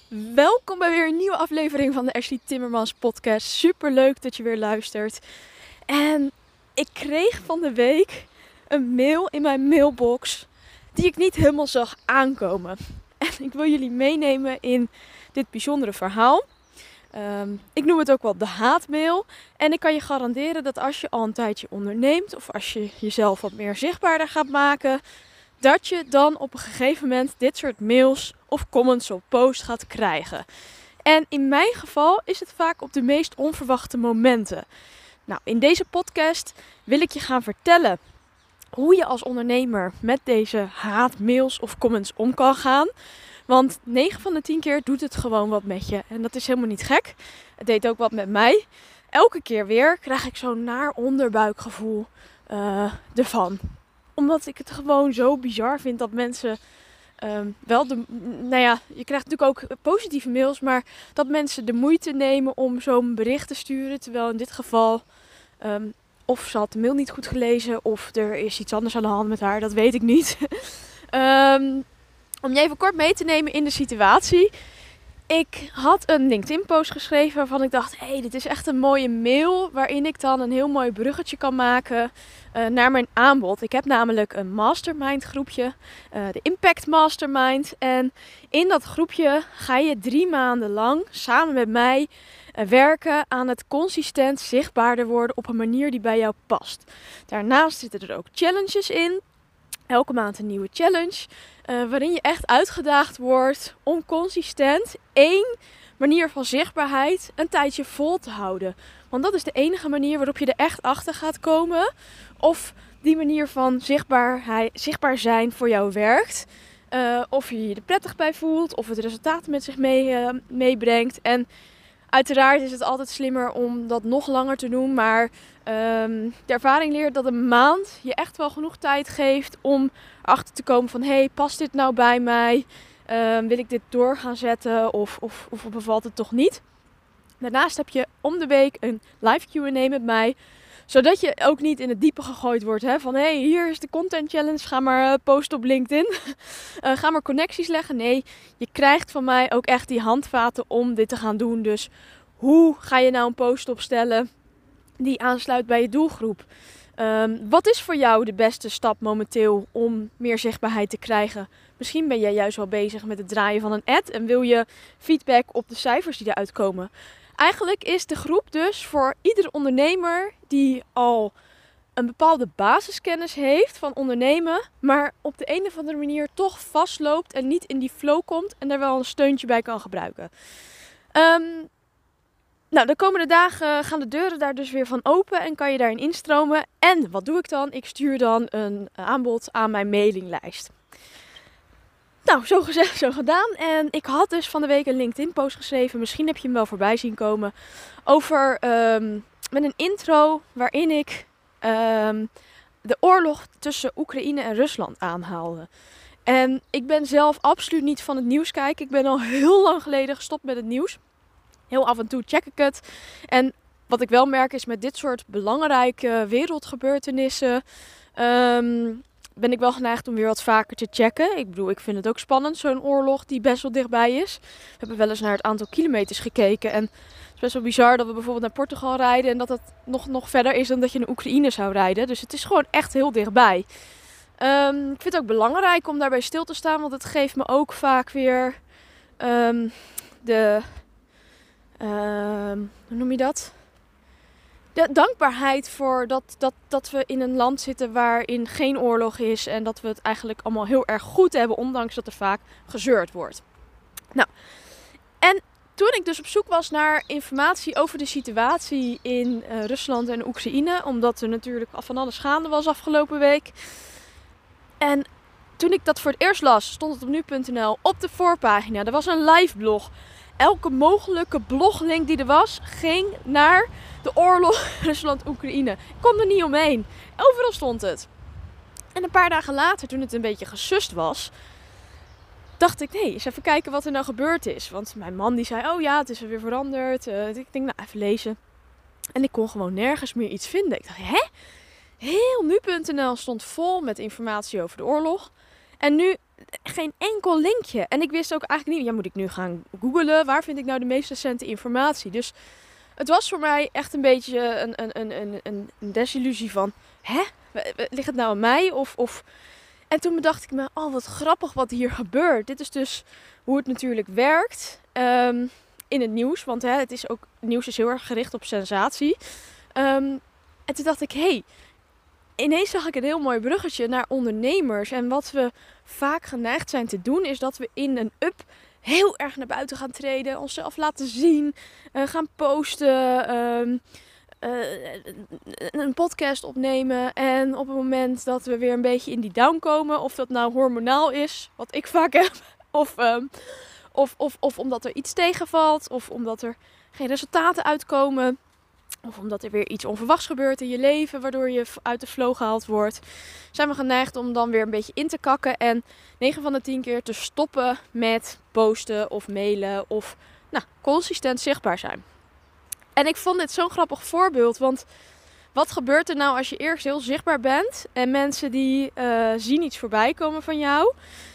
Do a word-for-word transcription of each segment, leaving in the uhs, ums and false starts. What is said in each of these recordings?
Welkom bij weer een nieuwe aflevering van de Ashley Timmermans podcast. Super leuk dat je weer luistert. En ik kreeg van de week een mail in mijn mailbox die ik niet helemaal zag aankomen. En ik wil jullie meenemen in dit bijzondere verhaal. Um, ik noem het ook wel de haatmail. En ik kan je garanderen dat als je al een tijdje onderneemt of als je jezelf wat meer zichtbaarder gaat maken, dat je dan op een gegeven moment dit soort mails of comments op post gaat krijgen. En in mijn geval is het vaak op de meest onverwachte momenten. Nou, in deze podcast wil ik je gaan vertellen hoe je als ondernemer met deze haatmails of comments om kan gaan. Want negen van de tien keer doet het gewoon wat met je. En dat is helemaal niet gek. Het deed ook wat met mij. Elke keer weer krijg ik zo'n naar onderbuikgevoel uh, ervan. Omdat ik het gewoon zo bizar vind dat mensen um, wel de... Nou ja, je krijgt natuurlijk ook positieve mails. Maar dat mensen de moeite nemen om zo'n bericht te sturen. Terwijl in dit geval... Um, of ze had de mail niet goed gelezen. Of er is iets anders aan de hand met haar. Dat weet ik niet. um, om je even kort mee te nemen in de situatie. Ik had een LinkedIn-post geschreven waarvan ik dacht, hé, hey, dit is echt een mooie mail waarin ik dan een heel mooi bruggetje kan maken uh, naar mijn aanbod. Ik heb namelijk een mastermind groepje, uh, de Impact Mastermind. En in dat groepje ga je drie maanden lang samen met mij uh, werken aan het consistent zichtbaarder worden op een manier die bij jou past. Daarnaast zitten er ook challenges in. Elke maand een nieuwe challenge. Uh, waarin je echt uitgedaagd wordt om consistent één manier van zichtbaarheid een tijdje vol te houden. Want dat is de enige manier waarop je er echt achter gaat komen. Of die manier van zichtbaarheid, zichtbaar zijn voor jou werkt. Uh, of je je er prettig bij voelt. Of het resultaten met zich mee, uh, meebrengt. En uiteraard is het altijd slimmer om dat nog langer te doen. Maar um, de ervaring leert dat een maand je echt wel genoeg tijd geeft om erachter te komen van... hé, hey, past dit nou bij mij? Um, wil ik dit door gaan zetten? Of, of, of bevalt het toch niet? Daarnaast heb je om de week een live Q en A met mij. Zodat je ook niet in het diepe gegooid wordt. Hè? Van hé, hey, hier is de content challenge. Ga maar uh, posten op LinkedIn. uh, ga maar connecties leggen. Nee, je krijgt van mij ook echt die handvaten om dit te gaan doen. Dus hoe ga je nou een post opstellen die aansluit bij je doelgroep? Um, wat is voor jou de beste stap momenteel om meer zichtbaarheid te krijgen? Misschien ben jij juist wel bezig met het draaien van een ad en wil je feedback op de cijfers die eruit komen. Eigenlijk is de groep dus voor iedere ondernemer die al een bepaalde basiskennis heeft van ondernemen, maar op de een of andere manier toch vastloopt en niet in die flow komt en daar wel een steuntje bij kan gebruiken. Um, Nou, de komende dagen gaan de deuren daar dus weer van open en kan je daarin instromen. En wat doe ik dan? Ik stuur dan een aanbod aan mijn mailinglijst. Nou, zo gezegd, zo gedaan. En ik had dus van de week een LinkedIn-post geschreven. Misschien heb je hem wel voorbij zien komen. Over, um, met een intro waarin ik um, de oorlog tussen Oekraïne en Rusland aanhaalde. En ik ben zelf absoluut niet van het nieuws kijken. Ik ben al heel lang geleden gestopt met het nieuws. Heel af en toe check ik het. En wat ik wel merk is met dit soort belangrijke wereldgebeurtenissen um, ben ik wel geneigd om weer wat vaker te checken. Ik bedoel, ik vind het ook spannend, zo'n oorlog die best wel dichtbij is. We hebben wel eens naar het aantal kilometers gekeken. En het is best wel bizar dat we bijvoorbeeld naar Portugal rijden en dat het nog, nog verder is dan dat je naar Oekraïne zou rijden. Dus het is gewoon echt heel dichtbij. Um, ik vind het ook belangrijk om daarbij stil te staan, want het geeft me ook vaak weer um, de... Uh, hoe noem je dat? De dankbaarheid voor dat, dat, dat we in een land zitten waarin geen oorlog is. En dat we het eigenlijk allemaal heel erg goed hebben, ondanks dat er vaak gezeurd wordt. Nou, en toen ik dus op zoek was naar informatie over de situatie in uh, Rusland en Oekraïne. Omdat er natuurlijk van alles gaande was afgelopen week. En toen ik dat voor het eerst las, stond het op nu punt n l op de voorpagina. Er was een live blog. Elke mogelijke bloglink die er was, ging naar de oorlog Rusland-Oekraïne. Ik kon er niet omheen. Overal stond het. En een paar dagen later, toen het een beetje gesust was, dacht ik, nee, eens even kijken wat er nou gebeurd is. Want mijn man die zei, oh ja, het is weer veranderd. Uh, ik denk, nou, even lezen. En ik kon gewoon nergens meer iets vinden. Ik dacht, hè? Heel nu punt n l stond vol met informatie over de oorlog. En nu geen enkel linkje. En ik wist ook eigenlijk niet, ja, moet ik nu gaan googlen? Waar vind ik nou de meest recente informatie? Dus het was voor mij echt een beetje een, een, een, een, een desillusie van, hè? Ligt het nou aan mij? Of, of... En toen bedacht ik me, oh wat grappig wat hier gebeurt. Dit is dus hoe het natuurlijk werkt um, in het nieuws. Want hè, het is ook, nieuws is heel erg gericht op sensatie. Um, en toen dacht ik, hé, hey, ineens zag ik een heel mooi bruggetje naar ondernemers. En wat we vaak geneigd zijn te doen, is dat we in een up heel erg naar buiten gaan treden. Onszelf laten zien, uh, gaan posten, um, uh, een podcast opnemen. En op het moment dat we weer een beetje in die down komen, of dat nou hormonaal is, wat ik vaak heb, of, um, of, of, of omdat er iets tegenvalt, of omdat er geen resultaten uitkomen, of omdat er weer iets onverwachts gebeurt in je leven, waardoor je uit de flow gehaald wordt, zijn we geneigd om dan weer een beetje in te kakken en negen van de tien keer te stoppen met posten of mailen of nou, consistent zichtbaar zijn. En ik vond dit zo'n grappig voorbeeld, want wat gebeurt er nou als je eerst heel zichtbaar bent en mensen die uh, zien iets voorbij komen van jou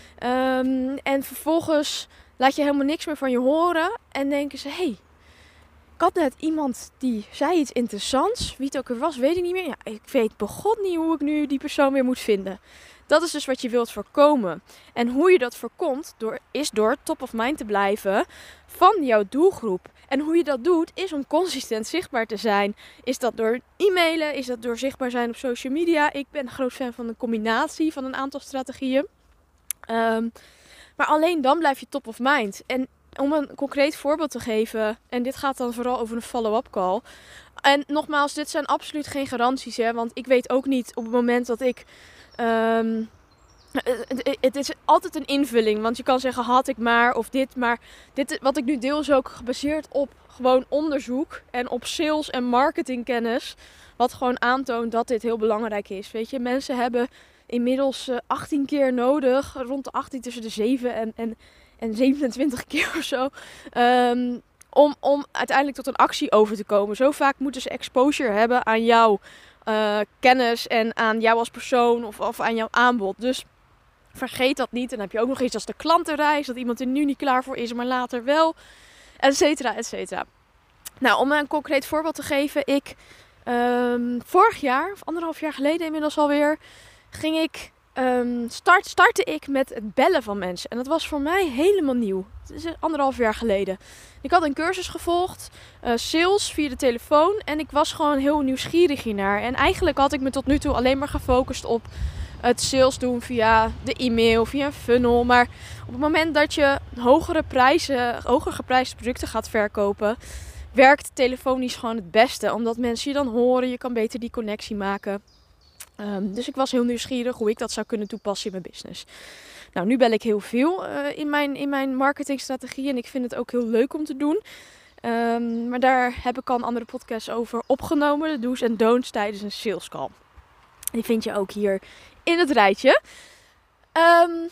um, en vervolgens laat je helemaal niks meer van je horen en denken ze, hé, hey, ik had net iemand die zei iets interessants. Wie het ook er was, weet ik niet meer. Ja, ik weet begot niet hoe ik nu die persoon weer moet vinden. Dat is dus wat je wilt voorkomen. En hoe je dat voorkomt, door, is door top of mind te blijven van jouw doelgroep. En hoe je dat doet, is om consistent zichtbaar te zijn. Is dat door e-mailen? Is dat door zichtbaar zijn op social media? Ik ben een groot fan van een combinatie van een aantal strategieën. Um, maar alleen dan blijf je top of mind. En om een concreet voorbeeld te geven, en dit gaat dan vooral over een follow-up call. En nogmaals, dit zijn absoluut geen garanties, hè, want ik weet ook niet op het moment dat ik... Um, het, het is altijd een invulling, want je kan zeggen had ik maar of dit, maar dit, wat ik nu deel is ook gebaseerd op gewoon onderzoek en op sales en marketingkennis, wat gewoon aantoont dat dit heel belangrijk is. Weet je, mensen hebben inmiddels uh, achttien keer nodig, rond de achttien, tussen de zeven en, en, en zevenentwintig keer of zo, um, om, om uiteindelijk tot een actie over te komen. Zo vaak moeten ze exposure hebben aan jouw uh, kennis en aan jou als persoon of, of aan jouw aanbod. Dus vergeet dat niet. En dan heb je ook nog iets als de klantenreis, dat iemand er nu niet klaar voor is, maar later wel, et cetera, et cetera. Nou, om een concreet voorbeeld te geven, ik um, vorig jaar, of anderhalf jaar geleden inmiddels alweer, ging ik, um, start, startte ik met het bellen van mensen. En dat was voor mij helemaal nieuw. Het is anderhalf jaar geleden. Ik had een cursus gevolgd, uh, sales via de telefoon. En ik was gewoon heel nieuwsgierig hiernaar. En eigenlijk had ik me tot nu toe alleen maar gefocust op het sales doen via de e-mail, via een funnel. Maar op het moment dat je hogere prijzen, hoger geprijsde producten gaat verkopen, werkt telefonisch gewoon het beste. Omdat mensen je dan horen, je kan beter die connectie maken. Um, dus ik was heel nieuwsgierig hoe ik dat zou kunnen toepassen in mijn business. Nou, nu bel ik heel veel uh, in, mijn, in mijn marketingstrategie en ik vind het ook heel leuk om te doen. Um, maar daar heb ik al een andere podcast over opgenomen. De do's en don'ts tijdens een sales call. Die vind je ook hier in het rijtje. Um,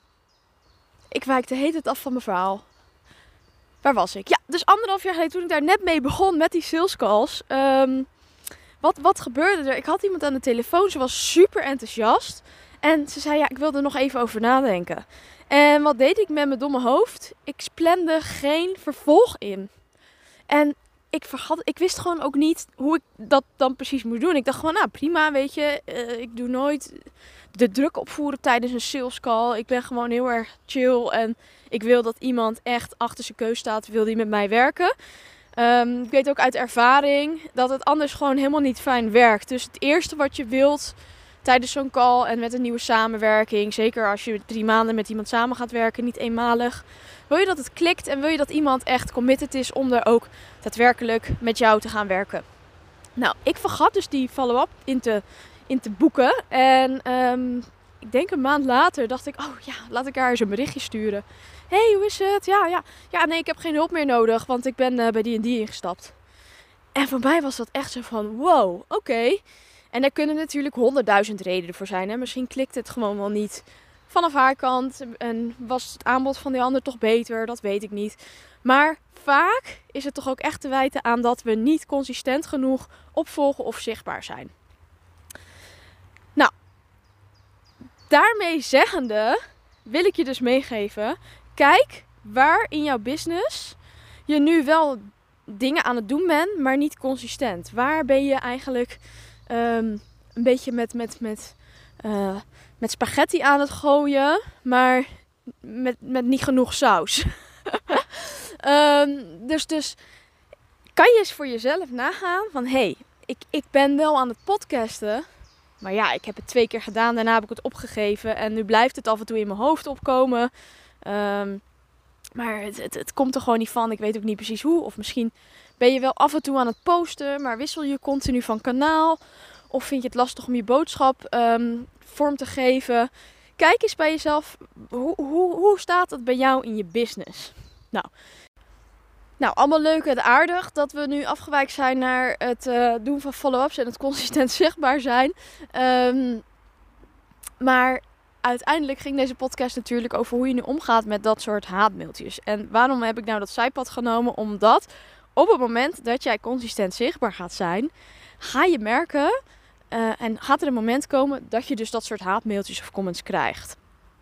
ik wijk de hele tijd af van mijn verhaal. Waar was ik? Ja, dus anderhalf jaar geleden toen ik daar net mee begon met die sales calls. Um, wat, wat gebeurde er? Ik had iemand aan de telefoon. Ze was super enthousiast. En ze zei, ja, ik wil er nog even over nadenken. En wat deed ik met mijn domme hoofd? Ik plande geen vervolg in. En ik vergat, ik wist gewoon ook niet hoe ik dat dan precies moest doen. Ik dacht gewoon, nou prima, weet je. Uh, ik doe nooit de druk opvoeren tijdens een sales call. Ik ben gewoon heel erg chill. En ik wil dat iemand echt achter zijn keus staat. Wil die met mij werken. Um, ik weet ook uit ervaring dat het anders gewoon helemaal niet fijn werkt. Dus het eerste wat je wilt tijdens zo'n call en met een nieuwe samenwerking, zeker als je drie maanden met iemand samen gaat werken, niet eenmalig, wil je dat het klikt en wil je dat iemand echt committed is om er ook daadwerkelijk met jou te gaan werken. Nou, ik vergat dus die follow-up in te, in te boeken en um, ik denk een maand later dacht ik, oh ja, laat ik haar eens een berichtje sturen. Hé, hey, hoe is het? Ja, ja. Ja, nee, ik heb geen hulp meer nodig, want ik ben uh, bij die en die ingestapt. En voor mij was dat echt zo van, wow, oké. Okay. En daar kunnen natuurlijk honderdduizend redenen voor zijn. Hè? Misschien klikt het gewoon wel niet vanaf haar kant. En was het aanbod van die ander toch beter? Dat weet ik niet. Maar vaak is het toch ook echt te wijten aan dat we niet consistent genoeg opvolgen of zichtbaar zijn. Nou, daarmee zeggende wil ik je dus meegeven. Kijk waar in jouw business je nu wel dingen aan het doen bent, maar niet consistent. Waar ben je eigenlijk um, een beetje met, met, met, uh, met spaghetti aan het gooien, maar met, met niet genoeg saus. um, dus, dus kan je eens voor jezelf nagaan van, hé, hey, ik, ik ben wel aan het podcasten, maar ja, ik heb het twee keer gedaan, daarna heb ik het opgegeven en nu blijft het af en toe in mijn hoofd opkomen. Um, maar het, het, het komt er gewoon niet van, ik weet ook niet precies hoe. Of misschien ben je wel af en toe aan het posten, maar wissel je continu van kanaal. Of vind je het lastig om je boodschap um, vorm te geven. Kijk eens bij jezelf, hoe, hoe, hoe staat het bij jou in je business? Nou, nou, allemaal leuk en aardig dat we nu afgewijkt zijn naar het uh, doen van follow-ups en het consistent zichtbaar zijn. Um, maar uiteindelijk ging deze podcast natuurlijk over hoe je nu omgaat met dat soort haatmailtjes. En waarom heb ik nou dat zijpad genomen? Omdat op het moment dat jij consistent zichtbaar gaat zijn, ga je merken uh, en gaat er een moment komen dat je dus dat soort haatmailtjes of comments krijgt.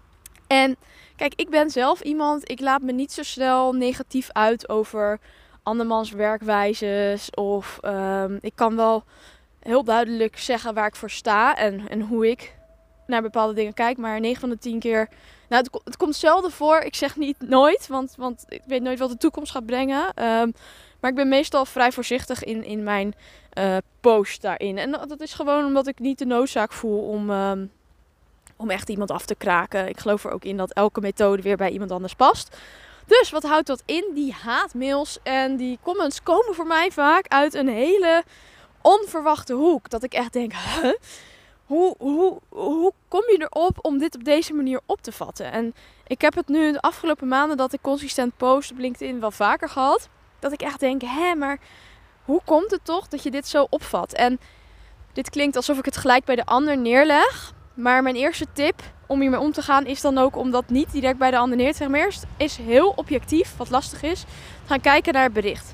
En kijk, ik ben zelf iemand, ik laat me niet zo snel negatief uit over andermans werkwijzes. Of um, ik kan wel heel duidelijk zeggen waar ik voor sta en, en hoe ik naar bepaalde dingen kijk. Maar negen van de tien keer, nou het, het komt zelden voor. Ik zeg niet nooit, want, want ik weet nooit wat de toekomst gaat brengen. Um, maar ik ben meestal vrij voorzichtig in, in mijn uh, post daarin. En dat is gewoon omdat ik niet de noodzaak voel om... Um, om echt iemand af te kraken. Ik geloof er ook in dat elke methode weer bij iemand anders past. Dus wat houdt dat in? Die haatmails en die comments komen voor mij vaak uit een hele onverwachte hoek. Dat ik echt denk, huh? hoe, hoe, hoe kom je erop om dit op deze manier op te vatten? En ik heb het nu de afgelopen maanden dat ik consistent post op LinkedIn wel vaker gehad. Dat ik echt denk, hè, maar hoe komt het toch dat je dit zo opvat? En dit klinkt alsof ik het gelijk bij de ander neerleg. Maar mijn eerste tip om hiermee om te gaan is dan ook om dat niet direct bij de ander neer te leggen. Maar eerst is heel objectief, wat lastig is, gaan kijken naar het bericht.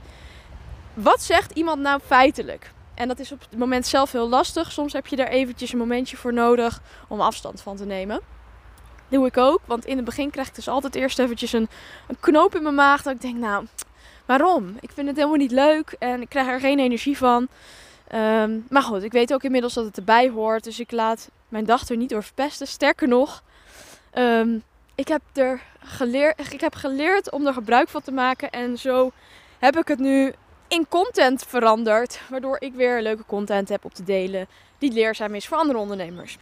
Wat zegt iemand nou feitelijk? En dat is op het moment zelf heel lastig. Soms heb je daar eventjes een momentje voor nodig om afstand van te nemen. Dat doe ik ook, want in het begin krijg ik dus altijd eerst eventjes een, een knoop in mijn maag. Dat ik denk, nou, waarom? Ik vind het helemaal niet leuk en ik krijg er geen energie van. Um, maar goed, ik weet ook inmiddels dat het erbij hoort. Dus ik laat mijn dag er niet door verpesten. Sterker nog, um, ik, heb er geleerd, ik heb geleerd om er gebruik van te maken. En zo heb ik het nu in content veranderd. Waardoor ik weer leuke content heb op te delen die leerzaam is voor andere ondernemers.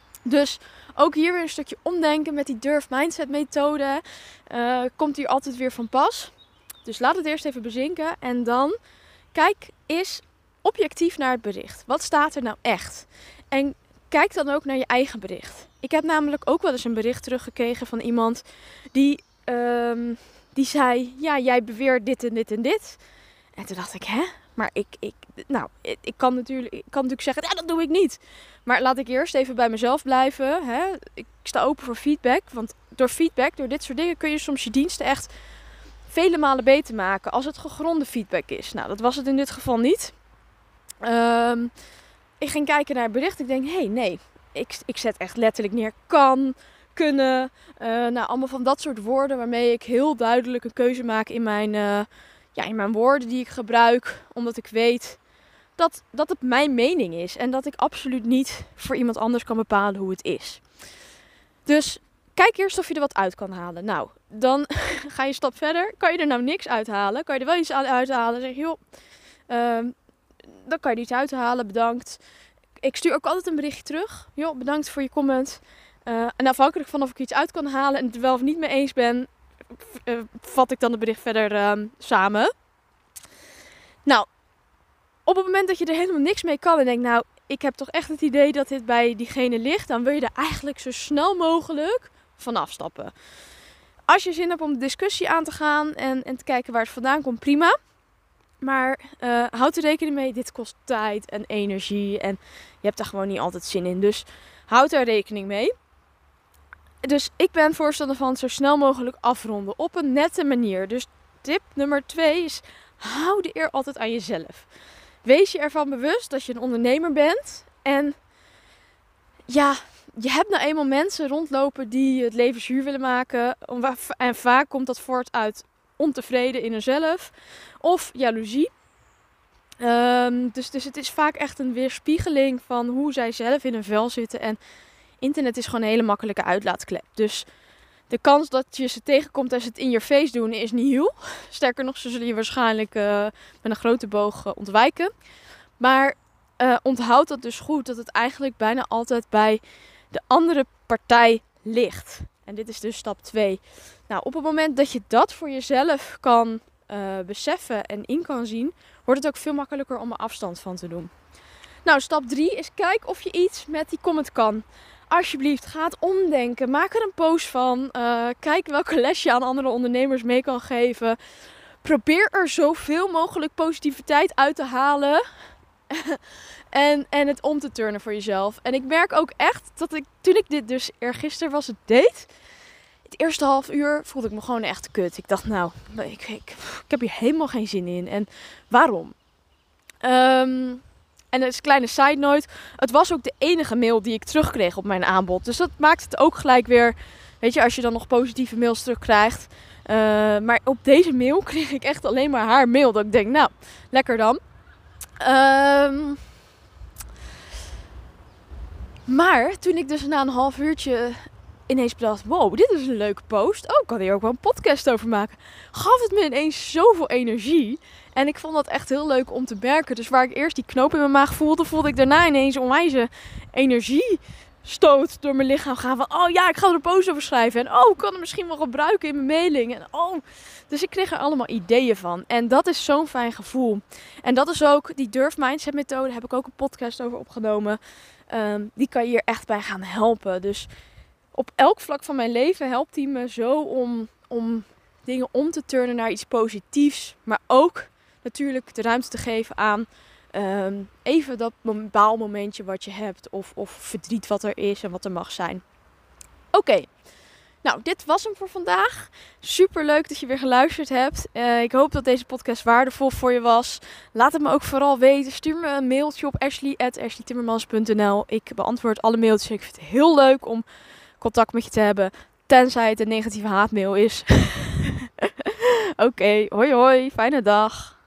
Dus ook hier weer een stukje omdenken met die Durf Mindset methode. Uh, komt hier altijd weer van pas. Dus laat het eerst even bezinken. En dan kijk eens objectief naar het bericht. Wat staat er nou echt? En kijk dan ook naar je eigen bericht. Ik heb namelijk ook wel eens een bericht teruggekregen van iemand die, um, die zei, ja, jij beweert dit en dit en dit. En toen dacht ik, hè? Maar ik, ik, nou, ik, ik, kan natuurlijk, ik kan natuurlijk zeggen, ja, dat doe ik niet. Maar laat ik eerst even bij mezelf blijven. Hè? Ik sta open voor feedback. Want door feedback, door dit soort dingen, kun je soms je diensten echt vele malen beter maken. Als het gegronde feedback is. Nou, dat was het in dit geval niet. Um, ik ging kijken naar het bericht. Ik denk, hé, hey, nee. Ik, ik zet echt letterlijk neer kan, kunnen. Uh, nou, allemaal van dat soort woorden waarmee ik heel duidelijk een keuze maak in mijn, uh, ja, in mijn woorden die ik gebruik. Omdat ik weet dat, dat het mijn mening is. En dat ik absoluut niet voor iemand anders kan bepalen hoe het is. Dus kijk eerst of je er wat uit kan halen. Nou, dan ga je een stap verder. Kan je er nou niks uithalen? Kan je er wel iets aan uithalen? Dan zeg je, joh, uh, dan kan je er iets uithalen. Bedankt. Ik stuur ook altijd een berichtje terug. Joh, bedankt voor je comment. Uh, en afhankelijk van of ik iets uit kan halen en het er wel of niet mee eens ben, uh, vat ik dan het bericht verder uh, samen. Nou, op het moment dat je er helemaal niks mee kan en denkt, nou, ik heb toch echt het idee dat dit bij diegene ligt, dan wil je er eigenlijk zo snel mogelijk van afstappen. Als je zin hebt om de discussie aan te gaan en, en te kijken waar het vandaan komt, prima. Maar uh, houd er rekening mee, dit kost tijd en energie en je hebt daar gewoon niet altijd zin in. Dus houd daar rekening mee. Dus ik ben voorstander van zo snel mogelijk afronden op een nette manier. Dus tip nummer twee is, hou de eer altijd aan jezelf. Wees je ervan bewust dat je een ondernemer bent. En ja, je hebt nou eenmaal mensen rondlopen die het leven zuur willen maken. En vaak komt dat voort uit ontevreden in hunzelf of jaloezie. Um, dus, dus het is vaak echt een weerspiegeling van hoe zij zelf in hun vel zitten. En internet is gewoon een hele makkelijke uitlaatklep. Dus de kans dat je ze tegenkomt en ze het in je face doen is niet heel. Sterker nog, ze zullen je waarschijnlijk uh, met een grote boog uh, ontwijken. Maar uh, onthoud dat dus goed, dat het eigenlijk bijna altijd bij de andere partij ligt. En dit is dus stap twee. Nou, op het moment dat je dat voor jezelf kan uh, beseffen en in kan zien, wordt het ook veel makkelijker om er afstand van te doen. Nou, stap drie is kijk of je iets met die comment kan. Alsjeblieft, ga het omdenken. Maak er een post van. Uh, kijk welke les je aan andere ondernemers mee kan geven. Probeer er zoveel mogelijk positiviteit uit te halen. en, en het om te turnen voor jezelf. En ik merk ook echt dat ik, toen ik dit dus eergisteren was het deed, het eerste half uur voelde ik me gewoon echt kut. Ik dacht, nou, ik, ik, ik heb hier helemaal geen zin in. En waarom? Um, en dat is een kleine side note. Het was ook de enige mail die ik terugkreeg op mijn aanbod. Dus dat maakt het ook gelijk weer, weet je, als je dan nog positieve mails terugkrijgt. Uh, maar op deze mail kreeg ik echt alleen maar haar mail. Dat ik denk, nou, lekker dan. Um, maar toen ik dus na een half uurtje ineens dacht, wow, dit is een leuke post. Oh, ik kan hier ook wel een podcast over maken. Gaf het me ineens zoveel energie. En ik vond dat echt heel leuk om te merken. Dus waar ik eerst die knoop in mijn maag voelde, voelde ik daarna ineens onwijze energiestoot door mijn lichaam gaan. Van, oh ja, ik ga er een post over schrijven. En oh, ik kan het misschien wel gebruiken in mijn mailing. En oh, dus ik kreeg er allemaal ideeën van. En dat is zo'n fijn gevoel. En dat is ook, die Durf Mindset methode, heb ik ook een podcast over opgenomen. Um, die kan je hier echt bij gaan helpen. Dus op elk vlak van mijn leven helpt die me zo om, om dingen om te turnen naar iets positiefs. Maar ook natuurlijk de ruimte te geven aan um, even dat baalmomentje wat je hebt. Of, of verdriet wat er is en wat er mag zijn. Oké, okay. Nou, dit was hem voor vandaag. Super leuk dat je weer geluisterd hebt. Uh, ik hoop dat deze podcast waardevol voor je was. Laat het me ook vooral weten. Stuur me een mailtje op ashley at ashley timmermans punt n l. Ik beantwoord alle mailtjes. Ik vind het heel leuk om contact met je te hebben. Tenzij het een negatieve haatmail is. Oké, okay, hoi hoi. Fijne dag.